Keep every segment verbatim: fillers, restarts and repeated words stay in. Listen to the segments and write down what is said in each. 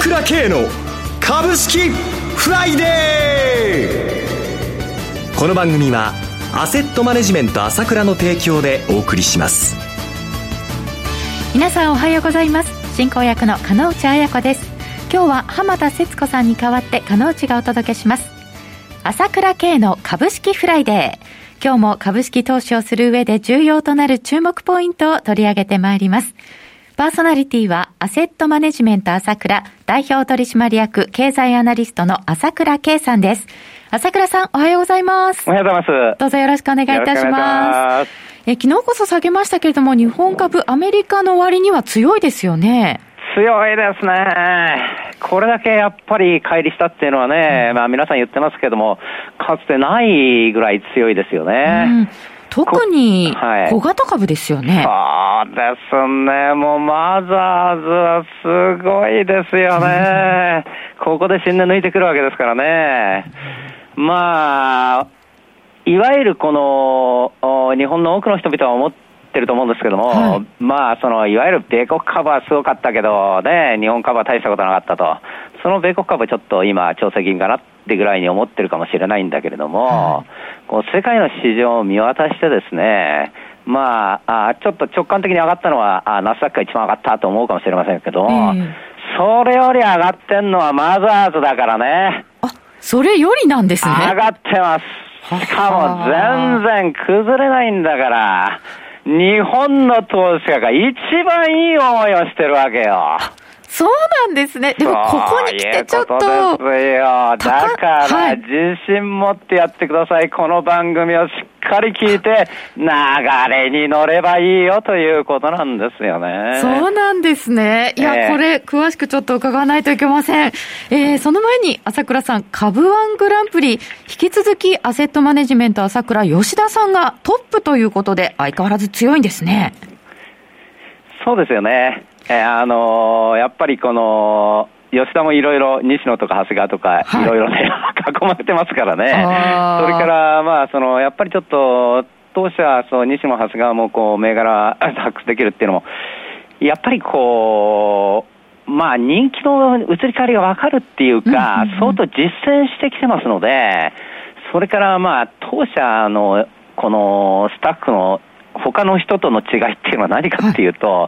倉慶の株式フライデー。この番組はアセットマネジメント朝倉の提供でお送りします。 皆さんおはようございます。進行役の加納内彩子です。今日は浜田節子さんに代わって加納内がお届けします。朝倉慶の株式フライデー。今日も株式投資をする上で重要となる注目ポイントを取り上げてまいります。パーソナリティはアセットマネジメント朝倉代表取締役経済アナリストの朝倉慶さんです。朝倉さんおはようございます。 おはようございます。 どうぞよろしくお願いいたします。え昨日こそ下げましたけれども、日本株アメリカの割には強いですよね。 強いですね。これだけやっぱり乖離したっていうのはね、うん、まあ皆さん言ってますけども、かつてないぐらい強いですよね。うん、 特に小型株ですよね。 はい、そうですね。もうマザーズはすごいですよね。ここで新年抜いてくるわけですからね。まあ、いわゆるこの日本の多くの人々は思ってると思うんですけども、はい、まあそのいわゆる米国株はすごかったけどね、日本株は大したことなかったと。その米国株はちょっと今調整金かなってぐらいに思ってるかもしれないんだけれども、はい、こう世界の市場を見渡してですね、まあ、あちょっと直感的に上がったのはあナスダックが一番上がったと思うかもしれませんけど、えー、それより上がってんのはマザーズだからね。 あ、それよりなんですね。 上がってます。しかも全然崩れないんだから、日本の投資家が一番いい思いをしてるわけよ。 そうなんですね。でもここに来てちょっと。 そういうことですよ。だから自信持ってやってください。この番組をしっかり聞いて流れに乗ればいいよということなんですよね。 そうなんですね。いや、えー、これ詳しくちょっと伺わないといけません。えー、その前に朝倉さん、株ワングランプリ引き続きアセットマネジメント朝倉吉田さんがトップということで相変わらず強いんですね。 そうですよね。えー、あのー、やっぱりこの吉田もいろいろ西野とか長谷川とかいろいろね、はい、囲まれてますからね。それからまあそのやっぱりちょっと当社そう西野長谷川もこう銘柄発掘できるっていうのもやっぱりこうまあ人気の移り変わりが分かるっていうか、うんうんうん、相当実践してきてますので、それからまあ当社のこのスタッフの他の人との違いっていうのは何かっていうと、はい、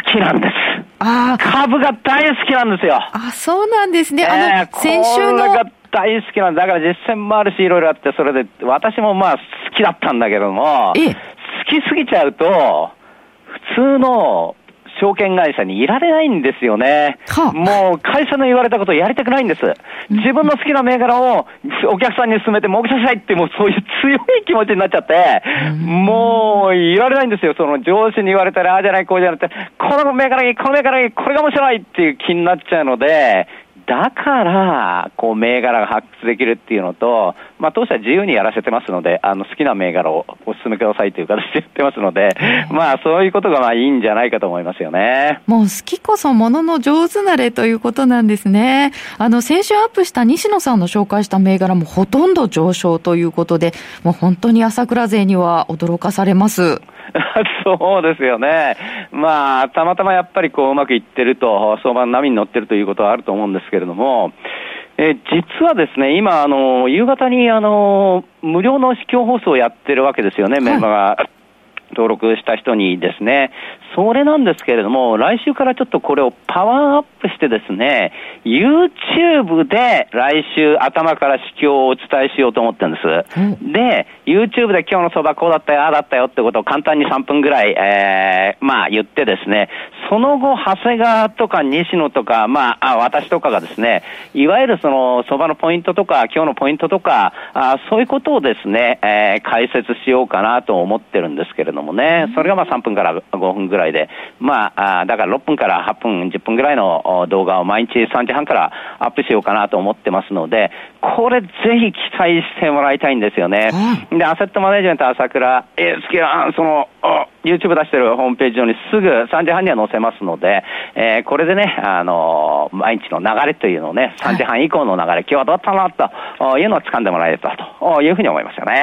好きなんです。 あ株が大好きなんですよ。 あ、そうなんですね。 えー、 あの先週のこれが大好きなんだ。だから実践もあるしいろいろあって、それで私もまあ好きだったんだけども、 ええ、 好きすぎちゃうと普通の証券会社にいられないんですよね。はあ、もう会社の言われたことをやりたくないんです。自分の好きな銘柄をお客さんに勧めて儲けさせたいって、もうそういう強い気持ちになっちゃって、もういられないんですよ。その上司に言われたらああじゃないこうじゃなくて、この銘柄にこの銘柄にこれが面白いっていう気になっちゃうので、だからこう銘柄が発掘できるっていうのと、まあ当社は自由にやらせてますので、あの好きな銘柄をお勧めくださいという形で言ってますので、まあそういうことがまあいいんじゃないかと思いますよね。 もう好きこそものの上手なれということなんですね。あの先週アップした西野さんの紹介した銘柄もほとんど上昇ということで、もう本当に朝倉勢には驚かされます。 そうですよね。まあたまたまやっぱりこううまくいってると、相場の波に乗ってるということはあると思うんですけれども、え実はですね、今あの夕方にあの無料の視聴放送をやってるわけですよね、はい、メンバーが登録した人にですね。それなんですけれども、来週からちょっとこれをパワーアップしてですね、YouTube で来週頭から市況をお伝えしようと思ってるんです。うん、で、YouTube で今日の相場こうだったよ、ああだったよってことを簡単にさんぷんぐらい、えー、まあ言ってですね、その後、長谷川とか西野とか、まあ、あ私とかがですね、いわゆるその相場のポイントとか、今日のポイントとか、あそういうことをですね、えー、解説しようかなと思ってるんですけれどもね、それがまあさんぷんからごふんぐらいで、まあ、あだからろっぷんからはっぷん、じゅっぷんぐらいの動画を毎日さんじはんからアップしようかなと思ってますので、これぜひ期待してもらいたいんですよね。うん、で、アセットマネジメント朝倉、えー、好きな、その、YouTube 出してるホームページ上にすぐさんじはんには載せますので、えー、これでね、あのー、毎日の流れというのをね、さんじはん以降の流れ、今日はどうだったのというのを掴んでもらえるというふうに思いますよね。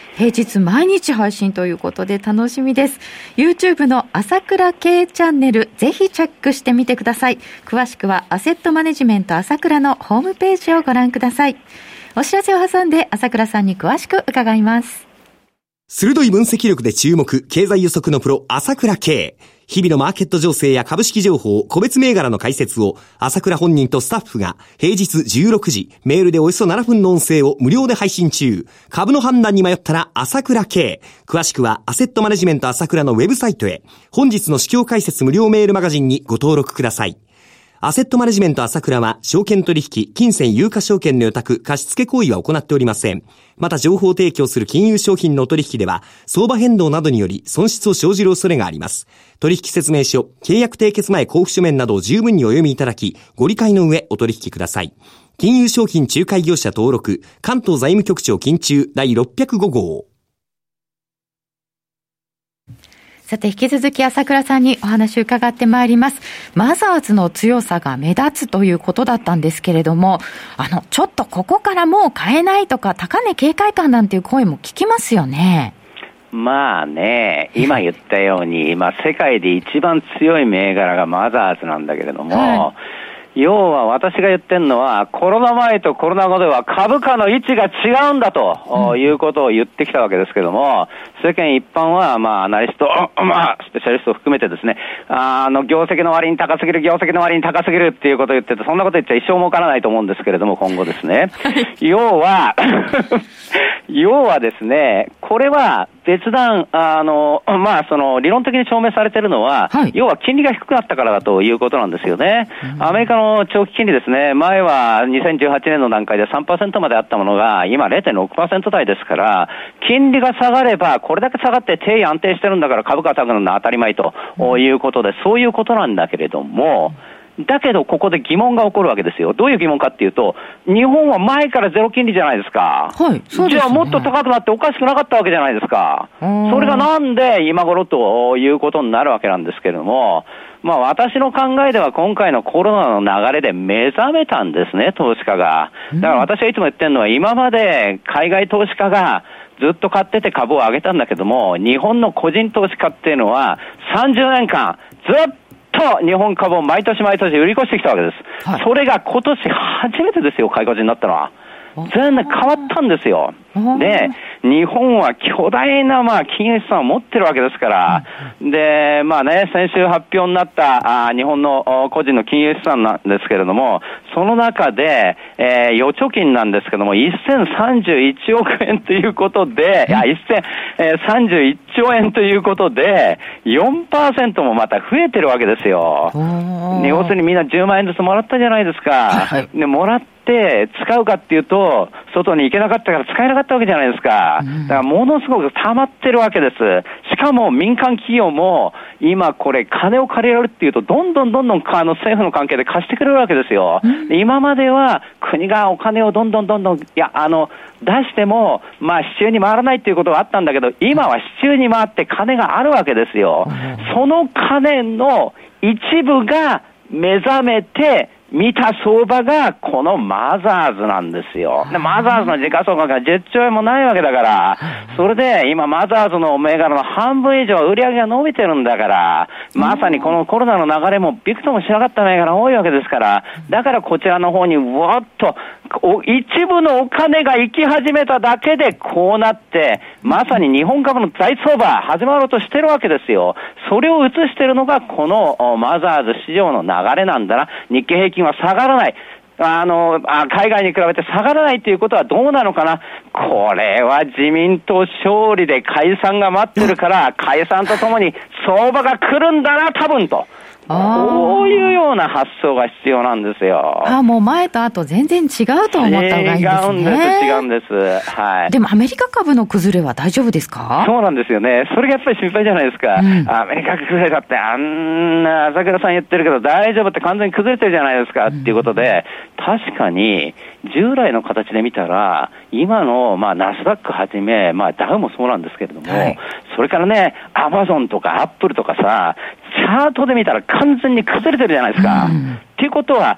平日毎日配信ということで楽しみです。 YouTube の朝倉慶チャンネルぜひチェックしてみてください。詳しくはアセットマネジメント朝倉のホームページをご覧ください。お知らせを挟んで朝倉さんに詳しく伺います。 鋭い分析力で注目、経済予測のプロ朝倉慶。日々のマーケット情勢や株式情報、個別銘柄の解説を朝倉本人とスタッフが平日じゅうろくじ、メールでおよそななふんの音声を無料で配信中。株の判断に迷ったら朝倉慶。詳しくはアセットマネジメント朝倉のウェブサイトへ。本日の市況解説無料メールマガジンにご登録ください。アセットマネジメント朝倉は証券取引、金銭有価証券の予託、貸付行為は行っておりません。また情報提供する金融商品の取引では相場変動などにより損失を生じる恐れがあります。取引説明書、契約締結前交付書面などを十分にお読みいただき、ご理解の上お取引ください。金融商品仲介業者登録、関東財務局長金中第ろっぴゃくご号。 さて引き続き朝倉さんにお話を伺ってまいります。マザーズの強さが目立つということだったんですけれども、あのちょっとここからもう買えないとか高値警戒感なんていう声も聞きますよね。 まあね、今言ったように、まあ、世界で一番強い銘柄がマザーズなんだけれども、はい、要は私が言ってるのはコロナ前とコロナ後では株価の位置が違うんだということを言ってきたわけですけども、世間一般はまあアナリスト、まあスペシャリストを含めてですね、あの業績の割に高すぎる、業績の割に高すぎるっていうことを言ってて、そんなこと言っちゃ一生儲からないと思うんですけれども、今後ですね、要は要はですね、これは別段あのまあその理論的に証明されているのは、はい、要は金利が低くなったからだということなんですよね。アメリカの長期金利ですね、前はにせんじゅうはちねんの段階で さんパーセント まであったものが今 れいてんろくパーセント 台ですから、金利が下がればこれだけ下がって定位安定してるんだから株価が高くなるのは当たり前ということで、そういうことなんだけれども、だけどここで疑問が起こるわけですよ。どういう疑問かっていうと、日本は前からゼロ金利じゃないですか。はい、そうですね。じゃあもっと高くなっておかしくなかったわけじゃないですか。それがなんで今頃ということになるわけなんですけれども、まあ私の考えでは今回のコロナの流れで目覚めたんですね、投資家が。だから私はいつも言ってるのは、今まで海外投資家がずっと買ってて株を上げたんだけども、日本の個人投資家っていうのはさんじゅうねんかんずっと日本株を毎年毎年売り越してきたわけです。はい、それが今年初めてですよ、買い越しになったのは。全然変わったんですよ。で、日本は巨大なまあ金融資産を持ってるわけですから、で、まあね、先週発表になったあ日本の個人の金融資産なんですけれども、その中で、えー、預貯金なんですけども、せんさんじゅういちおくえんということで、いや、せんさんじゅういっちょうえんということで、よんパーセント もまた増えてるわけですよ。要するにみんなじゅうまんえんずつもらったじゃないですか。はい、で、もらって使うかっていうと、外に行けなかったから使えなかったわけじゃないですか。だからものすごく溜まってるわけです。しかも民間企業も今これ金を借りられるっていうと、どんどんどんどんあの政府の関係で貸してくれるわけですよ。で今までは国がお金をどんどんどんどん、いや、あの、出しても、まあ、市中に回らないっていうことがあったんだけど、今は市中に回って金があるわけですよ。その金の一部が目覚めて、見た相場がこのマザーズなんですよ。で、マザーズの時価総額がじゅっちょうえんもないわけだから、それで今マザーズの銘柄の半分以上売り上げが伸びてるんだから、まさにこのコロナの流れもびくともしなかった銘柄多いわけですから、だからこちらの方にわっと一部のお金が行き始めただけでこうなって、まさに日本株の大相場始まろうとしてるわけですよ。それを映してるのがこのマザーズ市場の流れなんだな。日経平均は下がらない。あのあ海外に比べて下がらないということはどうなのかな。これは自民党勝利で解散が待ってるから、解散とともに相場が来るんだな多分と、こういうような発想が必要なんですよ。 あ、もう前と後全然違うと思った方がいいですね。 違うんです、違うんです。はい。 でもアメリカ株の崩れは大丈夫ですか？ そうなんですよね。それがやっぱり心配じゃないですか。うん、アメリカ崩れだってあんな朝倉さん言ってるけど大丈夫って完全に崩れてるじゃないですか、うん、っていうことで、確かに従来の形で見たら今のまあナスダックはじめ、まあダウもそうなんですけれども、はい、それからねアマゾンとかアップルとかさ、チャートで見たら完全に崩れてるじゃないですか。うん、っていうことは普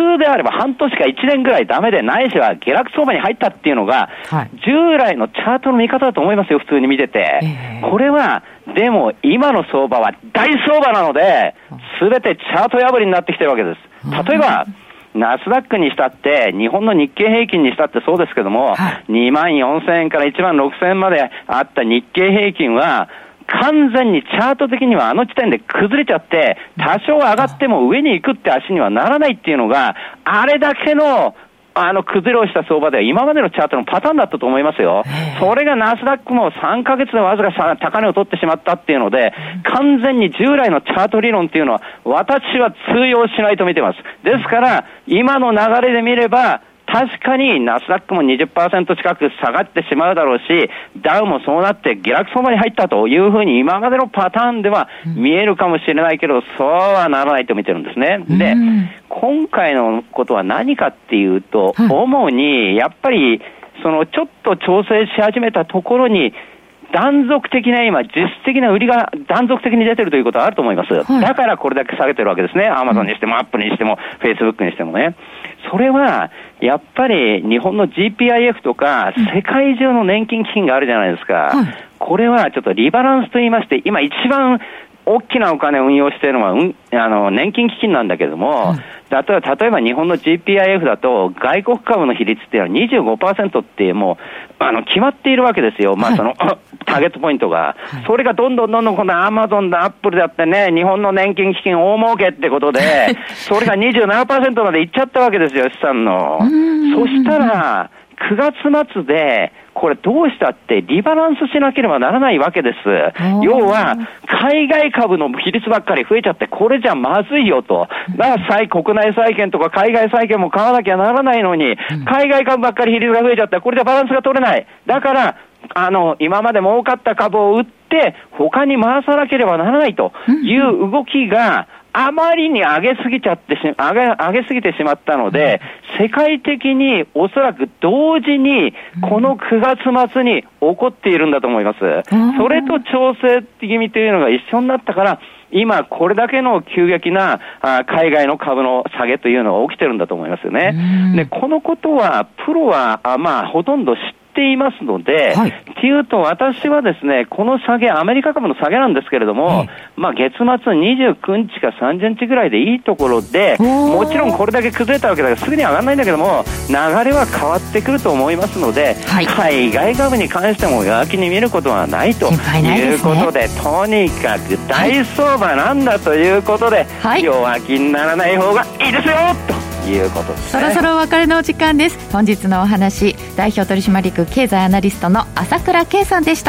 通であれば半年かいちねんぐらいダメで、ないしは下落相場に入ったっていうのが、はい、従来のチャートの見方だと思いますよ、普通に見てて。えー、これは、でも今の相場は大相場なので、すべてチャート破りになってきてるわけです。例えば、ナスダックにしたって、日本の日経平均にしたってそうですけども、はい、にまんよんせんえんからいちまんろくせんえんまであった日経平均は、完全にチャート的にはあの地点で崩れちゃって、多少上がっても上に行くって足にはならないっていうのが、あれだけの、あの、崩れをした相場では今までのチャートのパターンだったと思いますよ。それがナスダックもさんかげつでわずか高値を取ってしまったっていうので、完全に従来のチャート理論っていうのは、私は通用しないと見てます。ですから、今の流れで見れば、確かにナスダックも にじゅっパーセント 近く下がってしまうだろうし、ダウもそうなって下落相場に入ったというふうに今までのパターンでは見えるかもしれないけど、そうはならないと見てるんですね。で、今回のことは何かっていうと、主にやっぱりそのちょっと調整し始めたところに断続的な今、実質的な売りが断続的に出てるということはあると思います。はい、だからこれだけ下げてるわけですね。アマゾンにしてもアップルにしてもフェイスブックにしてもね。それはやっぱり日本の ジーピーアイエフ とか世界中の年金基金があるじゃないですか。はい、これはちょっとリバランスと言いまして、今一番大きなお金を運用しているのは、うん、あの年金基金なんだけれども、例えば、例えば日本の ジーピーアイエフ だと外国株の比率っていうのは にじゅうごパーセント ってもうあの決まっているわけですよ。まあその、はい、ターゲットポイントが、はい、それがどんどんどんどんこのアマゾンだアップルだってね、日本の年金基金大儲けってことでそれが にじゅうななパーセント までいっちゃったわけですよ、資産の。そしたらくがつ末でこれどうしたってリバランスしなければならないわけです。要は海外株の比率ばっかり増えちゃってこれじゃまずいよと。だから国内債券とか海外債券も買わなきゃならないのに、海外株ばっかり比率が増えちゃったらこれじゃバランスが取れない。だからあの今まで儲かった株を売って他に回さなければならないという動きがあまりに上げすぎちゃってし、上げ、上げすぎてしまったので、世界的におそらく同時にこのくがつ末に起こっているんだと思います。それと調整気味というのが一緒になったから、今これだけの急激なあ海外の株の下げというのが起きてるんだと思いますよね。で、このことはプロはあまあほとんど知っていますので、はい、っていうと私はですね、この下げ、アメリカ株の下げなんですけれども、はい、まあ月末にじゅうくにちかさんじゅうにちぐらいでいいところで、もちろんこれだけ崩れたわけだからすぐに上がらないんだけども、流れは変わってくると思いますので、はい、海外株に関しても弱気に見ることはないということで、とにかく大相場なんだということで、はい、弱気にならない方がいいですよということですね。 そろそろお別れのお時間です。本日のお話、代表取締役経済アナリストの朝倉圭さんでした。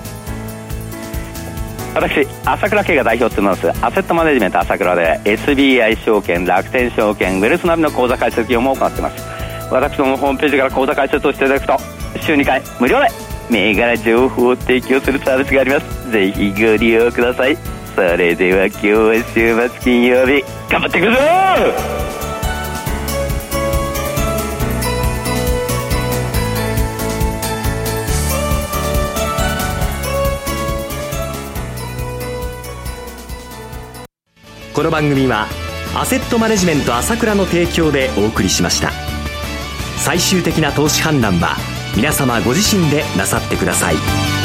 私、朝倉圭が代表を務めますアセットマネジメント朝倉で エスビーアイ 証券、楽天証券、ウェルスナビの口座開設業務を行っています。私どもホームページから口座開設をしていただくと週にかい無料で銘柄情報を提供するサービスがあります。ぜひご利用ください。それでは今日は週末金曜日頑張っていくぞ。 この番組はアセットマネジメント朝倉の提供でお送りしました。最終的な投資判断は皆様ご自身でなさってください。